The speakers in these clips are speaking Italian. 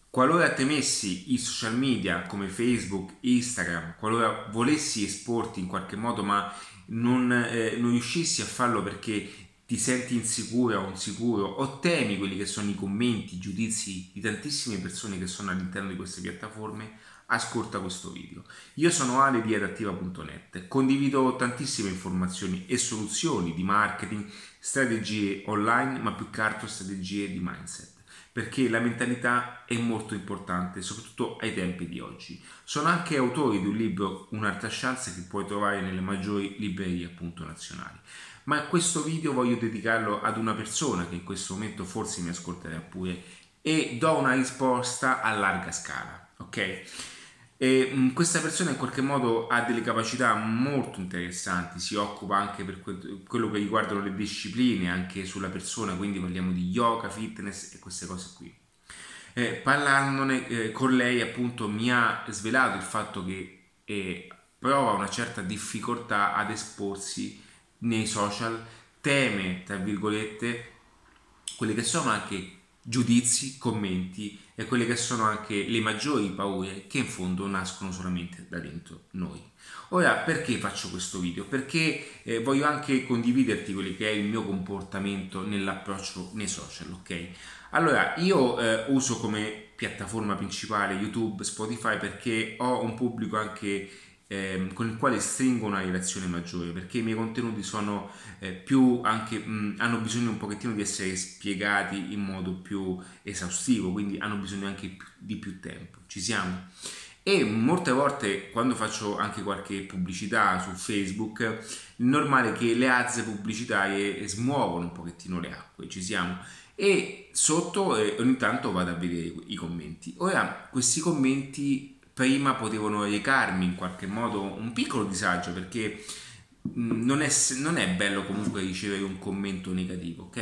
Qualora temessi i social media come Facebook, Instagram, qualora volessi esporti in qualche modo ma non riuscissi a farlo perché ti senti insicura o insicuro o temi quelli che sono i commenti, i giudizi di tantissime persone che sono all'interno di queste piattaforme, ascolta questo video. Io sono Ale di adattiva.net, condivido tantissime informazioni e soluzioni di marketing, strategie online, ma più che altro strategie di mindset, perché la mentalità è molto importante, soprattutto ai tempi di oggi. Sono anche autore di un libro, Un'altra chance, che puoi trovare nelle maggiori librerie appunto nazionali. Ma questo video voglio dedicarlo ad una persona che in questo momento forse mi ascolterà pure e do una risposta a larga scala, ok? Questa persona in qualche modo ha delle capacità molto interessanti, si occupa anche per quello che riguardano le discipline, anche sulla persona, quindi parliamo di yoga, fitness e queste cose qui. Parlandone con lei appunto mi ha svelato il fatto che prova una certa difficoltà ad esporsi nei social, teme, tra virgolette, quelli che sono anche giudizi, commenti e quelle che sono anche le maggiori paure che in fondo nascono solamente da dentro noi. Ora, perché faccio questo video? Perché voglio anche condividerti quello che è il mio comportamento nell'approccio nei social, ok? Allora, io uso come piattaforma principale YouTube, Spotify perché ho un pubblico anche con il quale stringo una relazione maggiore, perché i miei contenuti sono più anche hanno bisogno un pochettino di essere spiegati in modo più esaustivo, quindi hanno bisogno anche di più tempo. Ci siamo? E molte volte quando faccio anche qualche pubblicità su Facebook, è normale che le ads pubblicitarie smuovono un pochettino le acque, ci siamo? E sotto ogni tanto vado a vedere i commenti. Ora, questi commenti prima potevano recarmi in qualche modo un piccolo disagio, perché non è bello comunque ricevere un commento negativo, ok?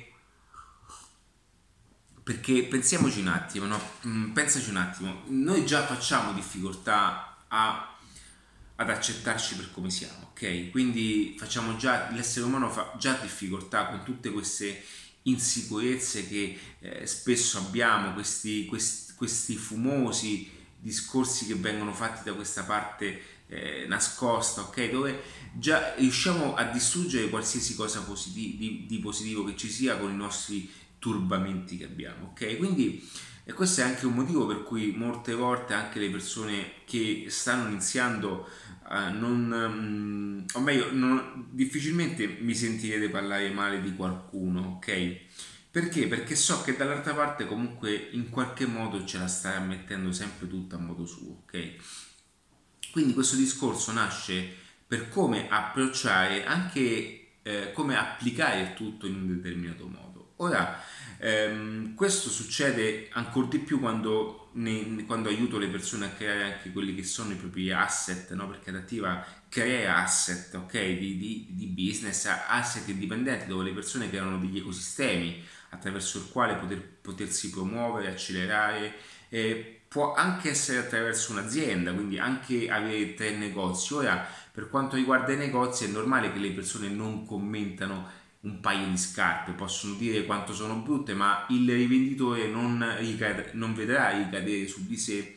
Perché pensiamoci un attimo, no? Pensaci un attimo, noi già facciamo difficoltà ad accettarci per come siamo, ok? Quindi facciamo già, l'essere umano fa già difficoltà con tutte queste insicurezze che spesso abbiamo, questi fumosi discorsi che vengono fatti da questa parte nascosta, ok? Dove già riusciamo a distruggere qualsiasi cosa di positivo che ci sia con i nostri turbamenti che abbiamo, ok? Quindi questo è anche un motivo per cui molte volte anche le persone che stanno iniziando o meglio, difficilmente mi sentirete parlare male di qualcuno, ok? Perché? Perché so che dall'altra parte comunque in qualche modo ce la stai mettendo sempre tutta a modo suo, ok? Quindi questo discorso nasce per come approcciare anche come applicare il tutto in un determinato modo. Ora, questo succede ancora di più quando aiuto le persone a creare anche quelli che sono i propri asset, no? Perché Adattiva crea asset, ok? Di business, asset indipendenti, dove le persone creano degli ecosistemi attraverso il quale potersi promuovere, accelerare. Può anche essere attraverso un'azienda, quindi anche avere 3 negozi. Ora, per quanto riguarda i negozi, è normale che le persone non commentano un paio di scarpe, possono dire quanto sono brutte, ma il rivenditore non vedrà ricadere su di sé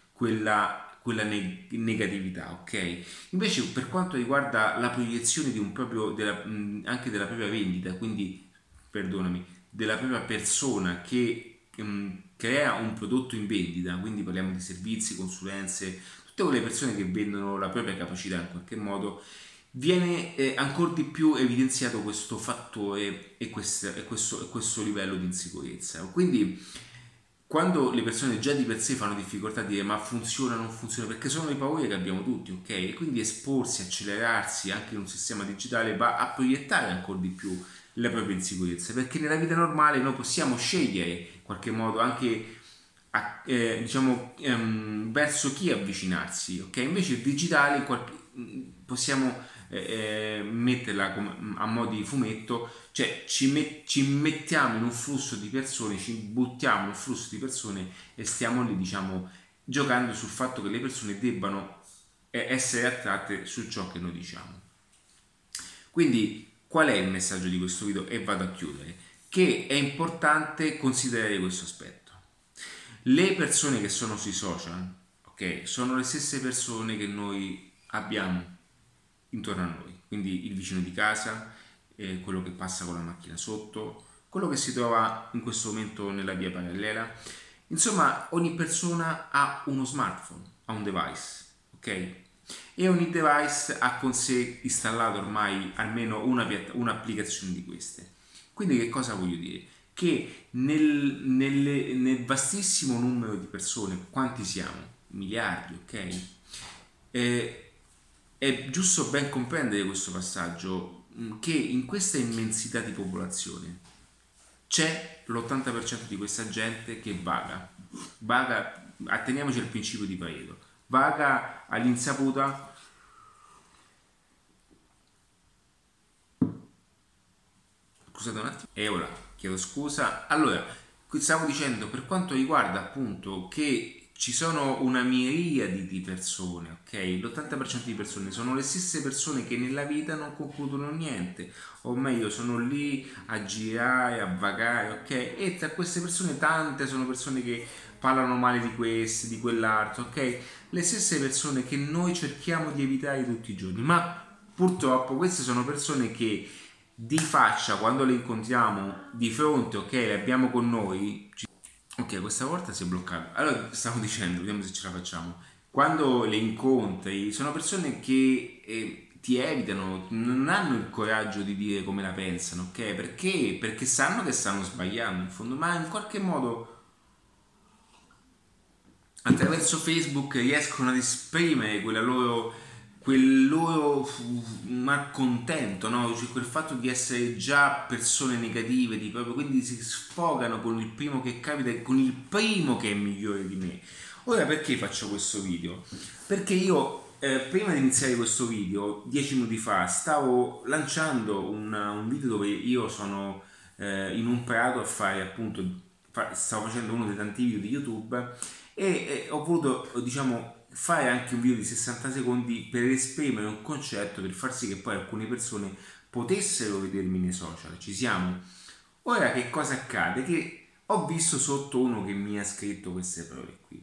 quella negatività, ok? Invece, per quanto riguarda la proiezione di un proprio, anche della propria vendita, quindi, perdonami, della propria persona che crea un prodotto in vendita, quindi parliamo di servizi, consulenze, tutte quelle persone che vendono la propria capacità in qualche modo, viene ancora di più evidenziato questo fattore e questo livello di insicurezza. Quindi quando le persone già di per sé fanno difficoltà a dire ma funziona o non funziona, perché sono le paure che abbiamo tutti, ok? E quindi esporsi, accelerarsi anche in un sistema digitale va a proiettare ancora di più le proprie insicurezze, perché nella vita normale noi possiamo scegliere in qualche modo anche diciamo verso chi avvicinarsi, ok? Invece il digitale possiamo metterla a mo' di fumetto, cioè ci mettiamo in un flusso di persone, ci buttiamo in un flusso di persone e stiamo lì, diciamo, giocando sul fatto che le persone debbano essere attratte su ciò che noi diciamo. Quindi qual è il messaggio di questo video? E vado a chiudere, che è importante considerare questo aspetto. Le persone che sono sui social, ok, sono le stesse persone che noi abbiamo intorno a noi, quindi il vicino di casa, quello che passa con la macchina sotto, quello che si trova in questo momento nella via parallela. Insomma, ogni persona ha uno smartphone, ha un device, ok? E ogni device ha con sé installato ormai almeno un'applicazione di queste. Quindi che cosa voglio dire? Che nel vastissimo numero di persone, quanti siamo? Miliardi, ok? È giusto ben comprendere questo passaggio, che in questa immensità di popolazione c'è l'80% di questa gente che vaga, atteniamoci al principio di Pareto, vaga all'insaputa. Scusate un attimo, e ora chiedo scusa. Allora, stavo dicendo per quanto riguarda appunto che ci sono una miriade di persone, ok? L'80% di persone sono le stesse persone che nella vita non concludono niente, o meglio, sono lì a girare, a vagare, ok? E tra queste persone tante sono persone che parlano male di questo, di quell'altro, ok? Le stesse persone che noi cerchiamo di evitare tutti i giorni, ma purtroppo queste sono persone che di faccia quando le incontriamo di fronte, ok, le abbiamo con noi. Ok, questa volta si è bloccato. Allora, stavo dicendo, vediamo se ce la facciamo. Quando le incontri, sono persone che ti evitano, non hanno il coraggio di dire come la pensano, ok? Perché? Perché sanno che stanno sbagliando in fondo, ma in qualche modo attraverso Facebook riescono ad esprimere quel loro malcontento, no? Cioè quel fatto di essere già persone negative, di proprio, quindi si sfogano con il primo che capita e con il primo che è migliore di me. Ora perché faccio questo video? Perché io prima di iniziare questo video, 10 minuti fa, stavo lanciando un video dove io sono in un prato a fare appunto, stavo facendo uno dei tanti video di YouTube e ho voluto, diciamo, fare anche un video di 60 secondi per esprimere un concetto, per far sì che poi alcune persone potessero vedermi nei social. Ci siamo? Ora che cosa accade? Che ho visto sotto uno che mi ha scritto queste parole qui.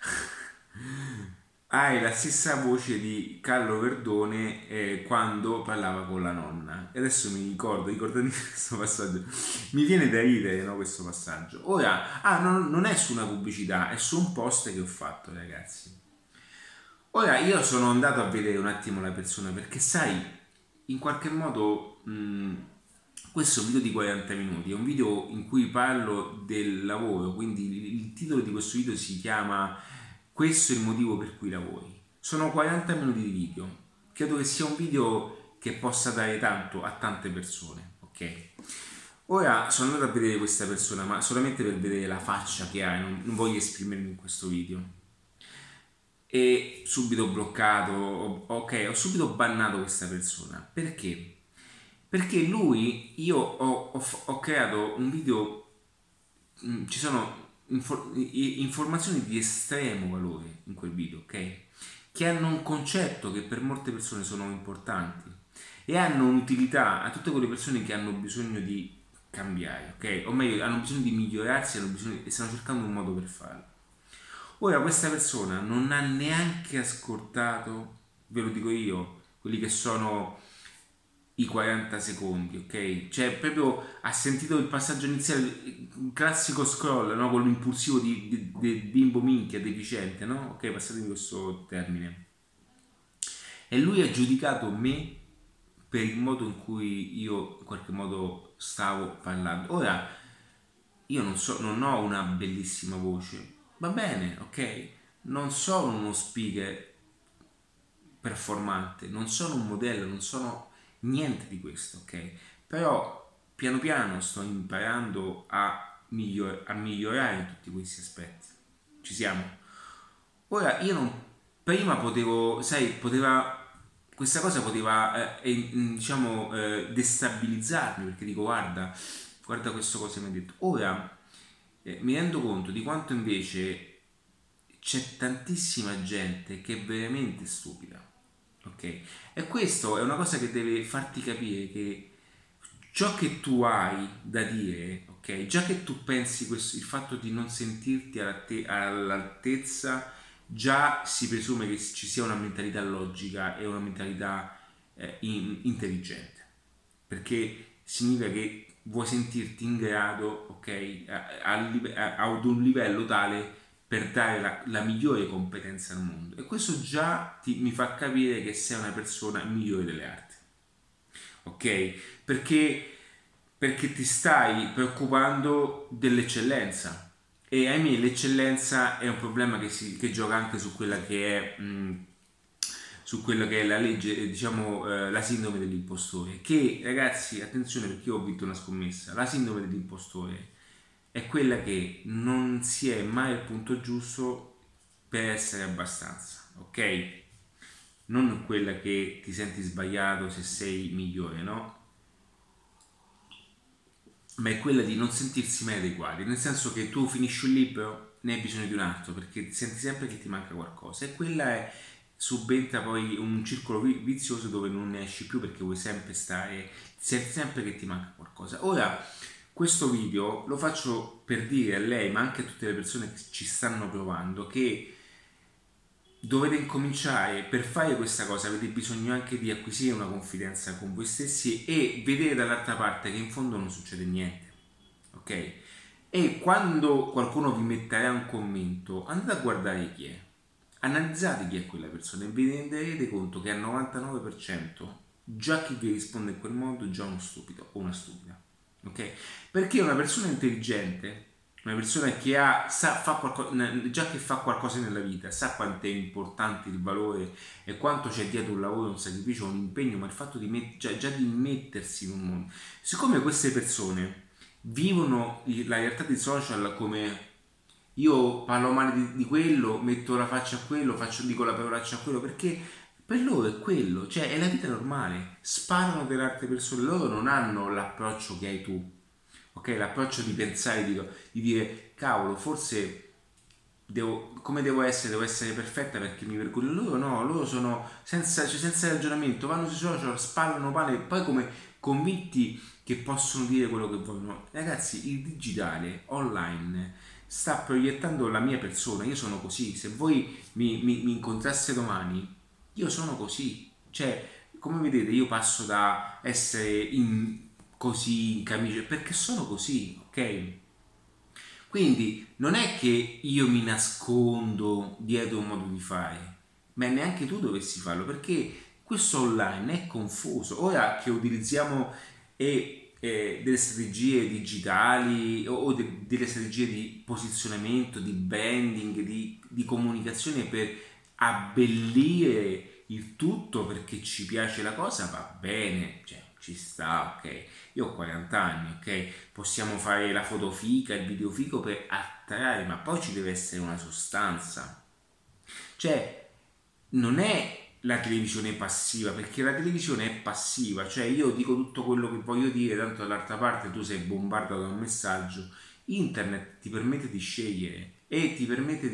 Hai la stessa voce di Carlo Verdone quando parlava con la nonna. E adesso mi ricordami questo passaggio. Mi viene da ridere, no, questo passaggio. Ora, non è su una pubblicità, è su un post che ho fatto, ragazzi. Ora, io sono andato a vedere un attimo la persona perché, sai, in qualche modo questo è un video di 40 minuti, è un video in cui parlo del lavoro, quindi il titolo di questo video si chiama Questo è il motivo per cui lavori. Sono 40 minuti di video, credo che sia un video che possa dare tanto a tante persone, ok? Ora sono andato a vedere questa persona, ma solamente per vedere la faccia che ha, non voglio esprimermi in questo video. E subito bloccato, ok, ho subito bannato questa persona. Perché? Perché lui, io ho creato un video, ci sono informazioni di estremo valore in quel video, ok? Che hanno un concetto che per molte persone sono importanti e hanno un'utilità a tutte quelle persone che hanno bisogno di cambiare, ok? O meglio, hanno bisogno di migliorarsi, e stanno cercando un modo per farlo. Ora questa persona non ha neanche ascoltato, ve lo dico io, quelli che sono i 40 secondi, ok? Cioè proprio ha sentito il passaggio iniziale, il classico scroll, no? Con l'impulsivo di bimbo minchia deficiente, no? Ok, passatemi questo termine. E lui ha giudicato me per il modo in cui io in qualche modo stavo parlando. Ora, io non ho una bellissima voce, va bene, ok? Non sono uno speaker performante, non sono un modello, non sono niente di questo, ok? Però piano piano sto imparando a migliorare in tutti questi aspetti. Ci siamo? Ora io non prima potevo, sai, questa cosa poteva diciamo destabilizzarmi perché dico guarda questo cosa mi ha detto. Ora mi rendo conto di quanto invece c'è tantissima gente che è veramente stupida, ok? E questo è una cosa che deve farti capire che ciò che tu hai da dire, ok? ok? Già che tu pensi il fatto di non sentirti all'altezza, già si presume che ci sia una mentalità logica e una mentalità intelligente, perché significa che vuoi sentirti in grado, ok, ad un livello tale per dare la migliore competenza al mondo, e questo già mi fa capire che sei una persona migliore delle arti, ok? Perché ti stai preoccupando dell'eccellenza, e ahimè l'eccellenza è un problema che gioca anche su quella che è su quello che è la legge, diciamo, la sindrome dell'impostore, che, ragazzi, attenzione, perché io ho vinto una scommessa. La sindrome dell'impostore è quella che non si è mai al punto giusto per essere abbastanza, ok? Non quella che ti senti sbagliato se sei migliore, no? Ma è quella di non sentirsi mai adeguati, nel senso che tu finisci un libro, ne hai bisogno di un altro, perché senti sempre che ti manca qualcosa, e quella è subentra poi un circolo vizioso dove non ne esci più, perché vuoi sempre stare, senti sempre che ti manca qualcosa. Ora, questo video lo faccio per dire a lei, ma anche a tutte le persone che ci stanno provando, che dovete incominciare. Per fare questa cosa avete bisogno anche di acquisire una confidenza con voi stessi e vedere dall'altra parte che in fondo non succede niente, ok? E quando qualcuno vi metterà un commento, andate a guardare chi è, analizzate chi è quella persona, e vi renderete conto che al 99% già chi vi risponde in quel modo è già uno stupido o una stupida, ok? Perché una persona intelligente, una persona che già che fa qualcosa nella vita, sa quanto è importante il valore e quanto c'è dietro un lavoro, un sacrificio, un impegno, ma il fatto di già di mettersi in un mondo. Siccome queste persone vivono la realtà dei social come: io parlo male di quello, metto la faccia a quello, dico la parolaccia a quello, perché per loro è quello, cioè è la vita normale, sparano per altre persone, loro non hanno l'approccio che hai tu, ok? L'approccio di pensare, di dire cavolo, forse come devo essere? Devo essere perfetta perché mi vergogno. Loro no, loro sono senza ragionamento, vanno sui social, sparano male, poi come convinti che possono dire quello che vogliono. Ragazzi, il digitale online sta proiettando la mia persona. Io sono così, se voi mi incontraste domani, io sono così, cioè, come vedete, io passo da essere così in camicia perché sono così, ok? Quindi non è che io mi nascondo dietro un modo di fare, ma neanche tu dovessi farlo, perché questo online è confuso. Ora che utilizziamo delle strategie digitali o delle strategie di posizionamento, di branding, di comunicazione per abbellire il tutto perché ci piace la cosa, va bene, cioè ci sta, ok? Io ho 40 anni, ok? Possiamo fare la foto fica, il video fico per attrarre, ma poi ci deve essere una sostanza. Cioè, non è la televisione passiva, perché la televisione è passiva, cioè io dico tutto quello che voglio dire, tanto dall'altra parte tu sei bombardato da un messaggio. Internet ti permette di scegliere e ti permette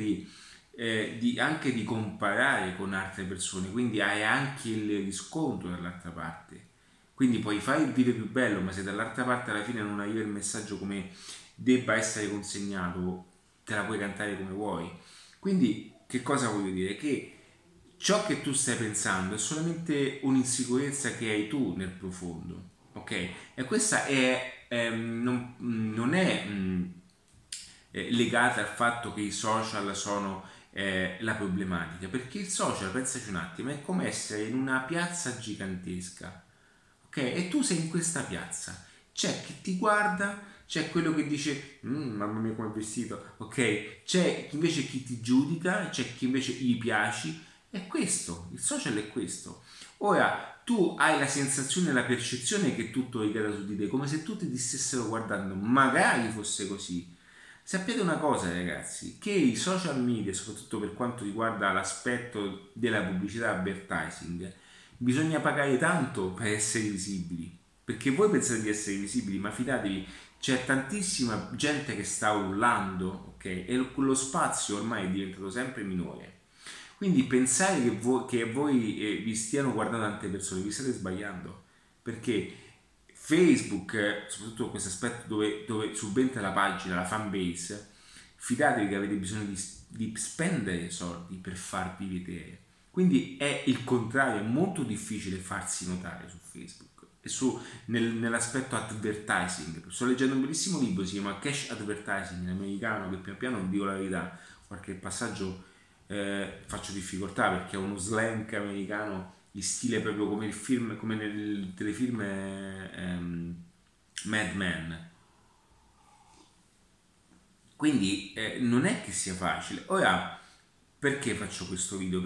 anche di comparare con altre persone, quindi hai anche il riscontro dall'altra parte. Quindi puoi fare il video più bello, ma se dall'altra parte alla fine non arriva il messaggio come debba essere consegnato, te la puoi cantare come vuoi. Quindi che cosa voglio dire? Che ciò che tu stai pensando è solamente un'insicurezza che hai tu nel profondo, ok? E questa non è legata al fatto che i social sono la problematica, perché il social, pensaci un attimo, è come essere in una piazza gigantesca, ok? E tu sei in questa piazza, c'è chi ti guarda, c'è quello che dice mamma mia come è vestito, ok? C'è invece chi ti giudica, c'è chi invece gli piaci. È questo, il social è questo. Ora tu hai la sensazione e la percezione che tutto ricada su di te, come se tutti ti stessero guardando. Magari fosse così. Sappiate una cosa, ragazzi, che i social media, soprattutto per quanto riguarda l'aspetto della pubblicità advertising, bisogna pagare tanto per essere visibili, perché voi pensate di essere visibili, ma fidatevi, c'è tantissima gente che sta urlando, ok? E lo spazio ormai è diventato sempre minore. Quindi pensare che voi vi stiano guardando tante persone, vi state sbagliando, perché Facebook, soprattutto questo aspetto dove subentra la pagina, la fan base, fidatevi che avete bisogno di spendere soldi per farvi vedere. Quindi è il contrario, è molto difficile farsi notare su Facebook e nell'aspetto advertising. Sto leggendo un bellissimo libro, si chiama Cash Advertising, in americano, che pian piano, dico la verità, qualche passaggio faccio difficoltà perché è uno slang americano in stile proprio come il film, come nel telefilm Mad Men. Quindi non è che sia facile. Ora, perché faccio questo video?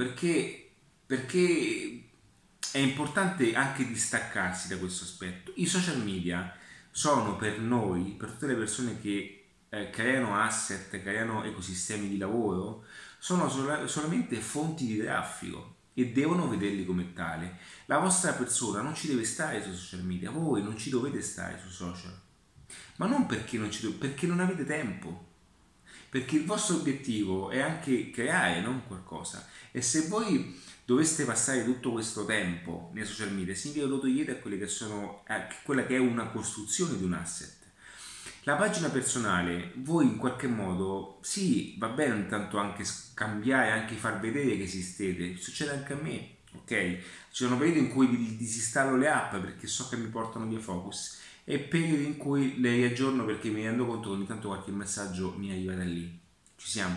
Perché è importante anche distaccarsi da questo aspetto. I social media sono per noi, per tutte le persone che creano asset, creano ecosistemi di lavoro, sono solamente fonti di traffico e devono vederli come tale. La vostra persona non ci deve stare sui social media, voi non ci dovete stare sui social, ma non perché perché non avete tempo, perché il vostro obiettivo è anche creare, non qualcosa. E se voi doveste passare tutto questo tempo nei social media, significa che lo togliete a quelle che sono, quella che è una costruzione di un asset. La pagina personale, voi in qualche modo, sì, va bene intanto anche scambiare, anche far vedere che esistete, succede anche a me, ok? Ci sono periodi in cui disinstallo le app perché so che mi portano via focus e periodi in cui le riaggiorno perché mi rendo conto che ogni tanto qualche messaggio mi arriva da lì. Ci siamo.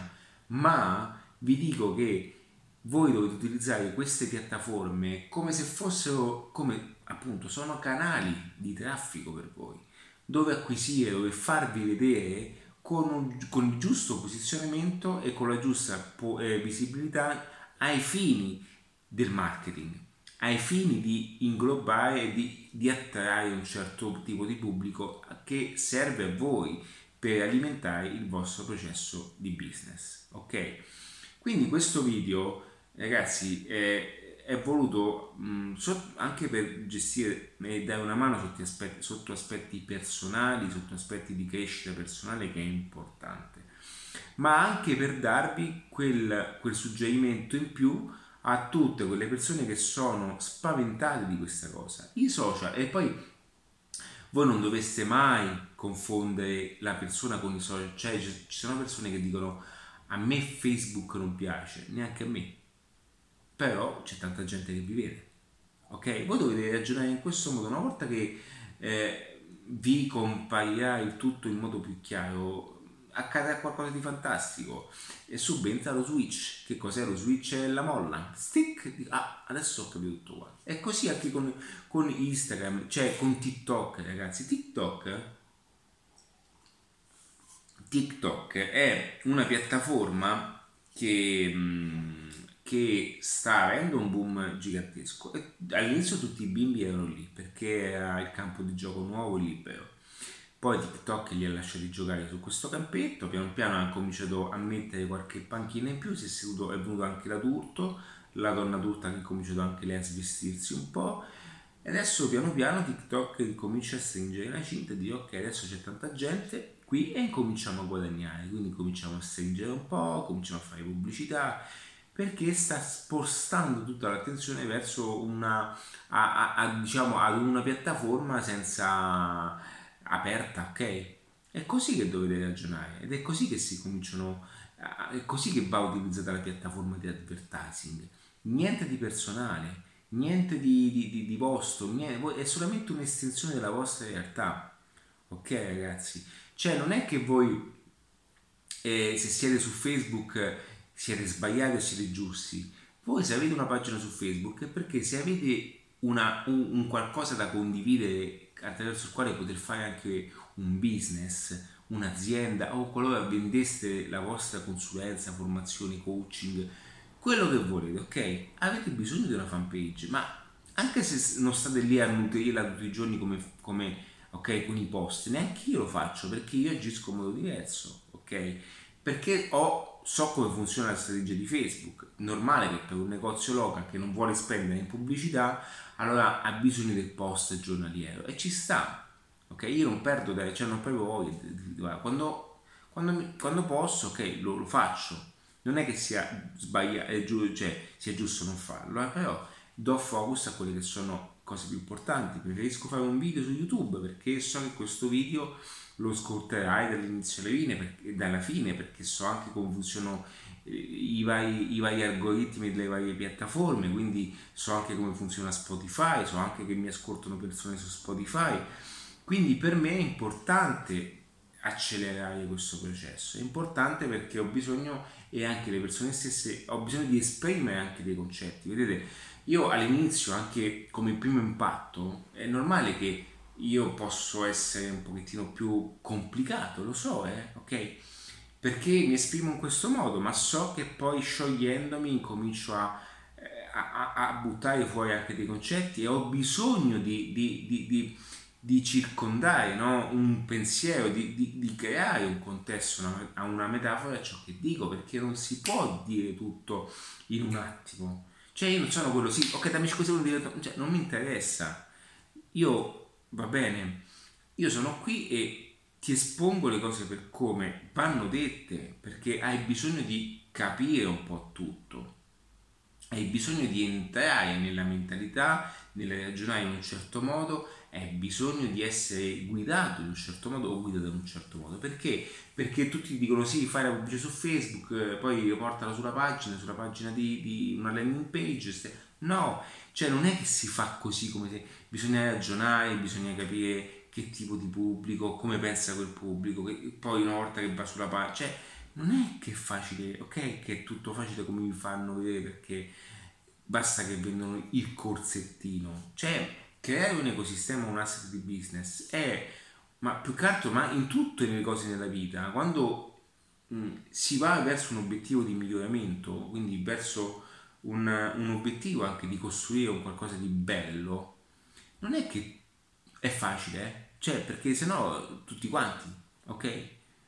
Ma vi dico che voi dovete utilizzare queste piattaforme come se fossero, come appunto, sono canali di traffico per voi, dove acquisire, dove farvi vedere con il giusto posizionamento e con la giusta visibilità ai fini del marketing, ai fini di inglobare e di attrarre un certo tipo di pubblico che serve a voi per alimentare il vostro processo di business. Ok? Quindi questo video, ragazzi, è voluto anche per gestire e dare una mano sotto aspetti personali, sotto aspetti di crescita personale che è importante, ma anche per darvi quel suggerimento in più a tutte quelle persone che sono spaventate di questa cosa. I social, e poi voi non doveste mai confondere la persona con i social, cioè ci sono persone che dicono a me Facebook non piace, neanche a me, però c'è tanta gente che vi vede, ok? Voi dovete ragionare in questo modo, una volta che vi comparirà il tutto in modo più chiaro, accadrà qualcosa di fantastico e subentra lo switch. Che cos'è lo switch? È la molla, stick, adesso ho capito tutto qua. E così anche con Instagram, cioè con TikTok, ragazzi. TikTok è una piattaforma che sta avendo un boom gigantesco. E all'inizio tutti i bimbi erano lì perché era il campo di gioco nuovo e libero. Poi TikTok li ha lasciati giocare su questo campetto, piano piano ha cominciato a mettere qualche panchina in più, è venuto anche l'adulto, la donna adulta che ha cominciato anche lei a svestirsi un po', e adesso piano piano TikTok comincia a stringere la cinta e dire ok, adesso c'è tanta gente qui e incominciamo a guadagnare, quindi cominciamo a stringere un po', cominciamo a fare pubblicità, perché sta spostando tutta l'attenzione verso diciamo, ad una piattaforma senza aperta, ok? È così che dovete ragionare ed è così che si cominciano, è così che va utilizzata la piattaforma di advertising. Niente di personale, niente di vostro, è solamente un'estensione della vostra realtà, ok ragazzi? Cioè non è che voi se siete su Facebook siete sbagliati o siete giusti. Voi se avete una pagina su Facebook è perché se avete un qualcosa da condividere attraverso il quale poter fare anche un business, un'azienda o qualora vendeste la vostra consulenza, formazione, coaching, quello che volete, ok? Avete bisogno di una fanpage, ma anche se non state lì a nutrirla tutti i giorni come ok, con i post, neanche io lo faccio perché io agisco in modo diverso, ok? Perché so come funziona la strategia di Facebook. Normale che per un negozio local che non vuole spendere in pubblicità, allora ha bisogno del post giornaliero e ci sta, ok? Io non perdo, cioè non perdo voglia, quando posso, ok, lo faccio. Non è che sia sbagliato, cioè sia giusto non farlo, però do focus a quelle che sono cose più importanti, preferisco fare un video su YouTube perché so che questo video lo ascolterai dall'inizio alla fine, perché so anche come funzionano i vari algoritmi delle varie piattaforme, quindi so anche come funziona Spotify, so anche che mi ascoltano persone su Spotify, quindi per me è importante accelerare questo processo, è importante perché ho bisogno, e anche le persone stesse, ho bisogno di esprimere anche dei concetti. Vedete, io all'inizio, anche come primo impatto, è normale che io posso essere un pochettino più complicato, lo so, ok? Perché mi esprimo in questo modo, ma so che poi sciogliendomi incomincio a buttare fuori anche dei concetti, e ho bisogno di circondare, no? Un pensiero, di creare un contesto, una metafora a ciò che dico, perché non si può dire tutto in un attimo. Cioè io non sono quello, sì, ok, dammi 5 secondi, cioè, non mi interessa. Io, va bene, io sono qui e ti espongo le cose per come vanno dette, perché hai bisogno di capire un po' tutto, hai bisogno di entrare nella mentalità, nel ragionare in un certo modo, hai bisogno di essere guidato in un certo modo o guidato in un certo modo. Perché? Perché tutti dicono sì, fai la pubblicità su Facebook, poi portala sulla pagina di una landing page. No, cioè non è che si fa così, come se bisogna ragionare, bisogna capire che tipo di pubblico, come pensa quel pubblico, che poi una volta che va sulla pagina, cioè non è che è facile, ok, che è tutto facile come vi fanno vedere, perché basta che vendono il corsettino. Cioè creare un ecosistema, un asset di business è, ma più che altro, ma in tutte le cose nella vita, quando si va verso un obiettivo di miglioramento, quindi verso un obiettivo anche di costruire un qualcosa di bello, non è che è facile, cioè, perché sennò tutti quanti, ok?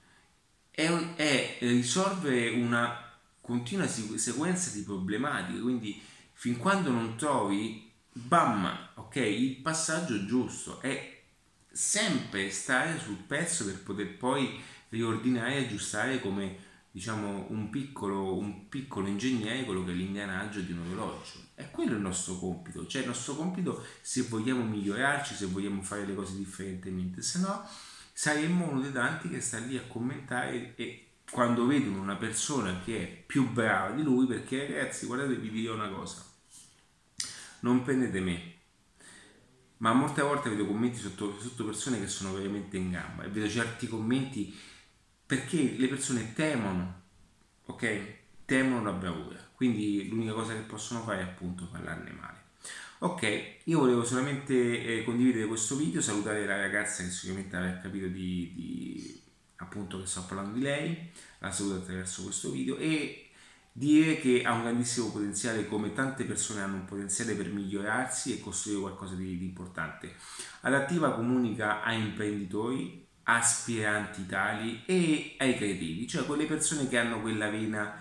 È risolvere una continua sequenza di problematiche, quindi fin quando non trovi, bam, ok, il passaggio giusto, è sempre stare sul pezzo per poter poi riordinare e aggiustare, come diciamo un piccolo ingegnere, quello che è l'ingranaggio di un orologio. È quello il nostro compito, cioè il nostro compito, se vogliamo migliorarci, se vogliamo fare le cose differentemente, se no saremmo uno dei tanti che sta lì a commentare, e quando vedono una persona che è più brava di lui, perché ragazzi, guardate, vi dico una cosa, non prendete me, ma molte volte vedo commenti sotto persone che sono veramente in gamba, e vedo certi commenti perché le persone temono, ok? Temono la bravura, quindi l'unica cosa che possono fare è appunto parlarne male. Ok, io volevo solamente condividere questo video, salutare la ragazza che sicuramente avrà capito appunto che sto parlando di lei, la saluto attraverso questo video, e dire che ha un grandissimo potenziale, come tante persone hanno un potenziale per migliorarsi e costruire qualcosa di importante. Adattiva comunica a imprenditori, aspiranti tali e ai creativi, cioè quelle persone che hanno quella vena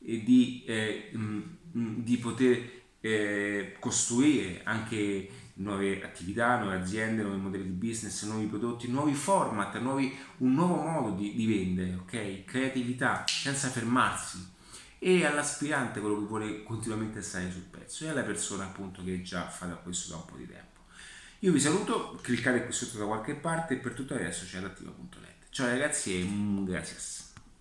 di poter costruire anche nuove attività, nuove aziende, nuovi modelli di business, nuovi prodotti, nuovi format, un nuovo modo di vendere, ok? Creatività senza fermarsi. E all'aspirante, quello che vuole continuamente stare sul pezzo, e alla persona appunto che già fa questo da un po' di tempo. Io vi saluto, cliccate qui sotto da qualche parte, e per tutto adesso c'è adattiva.net. Ciao ragazzi e gracias.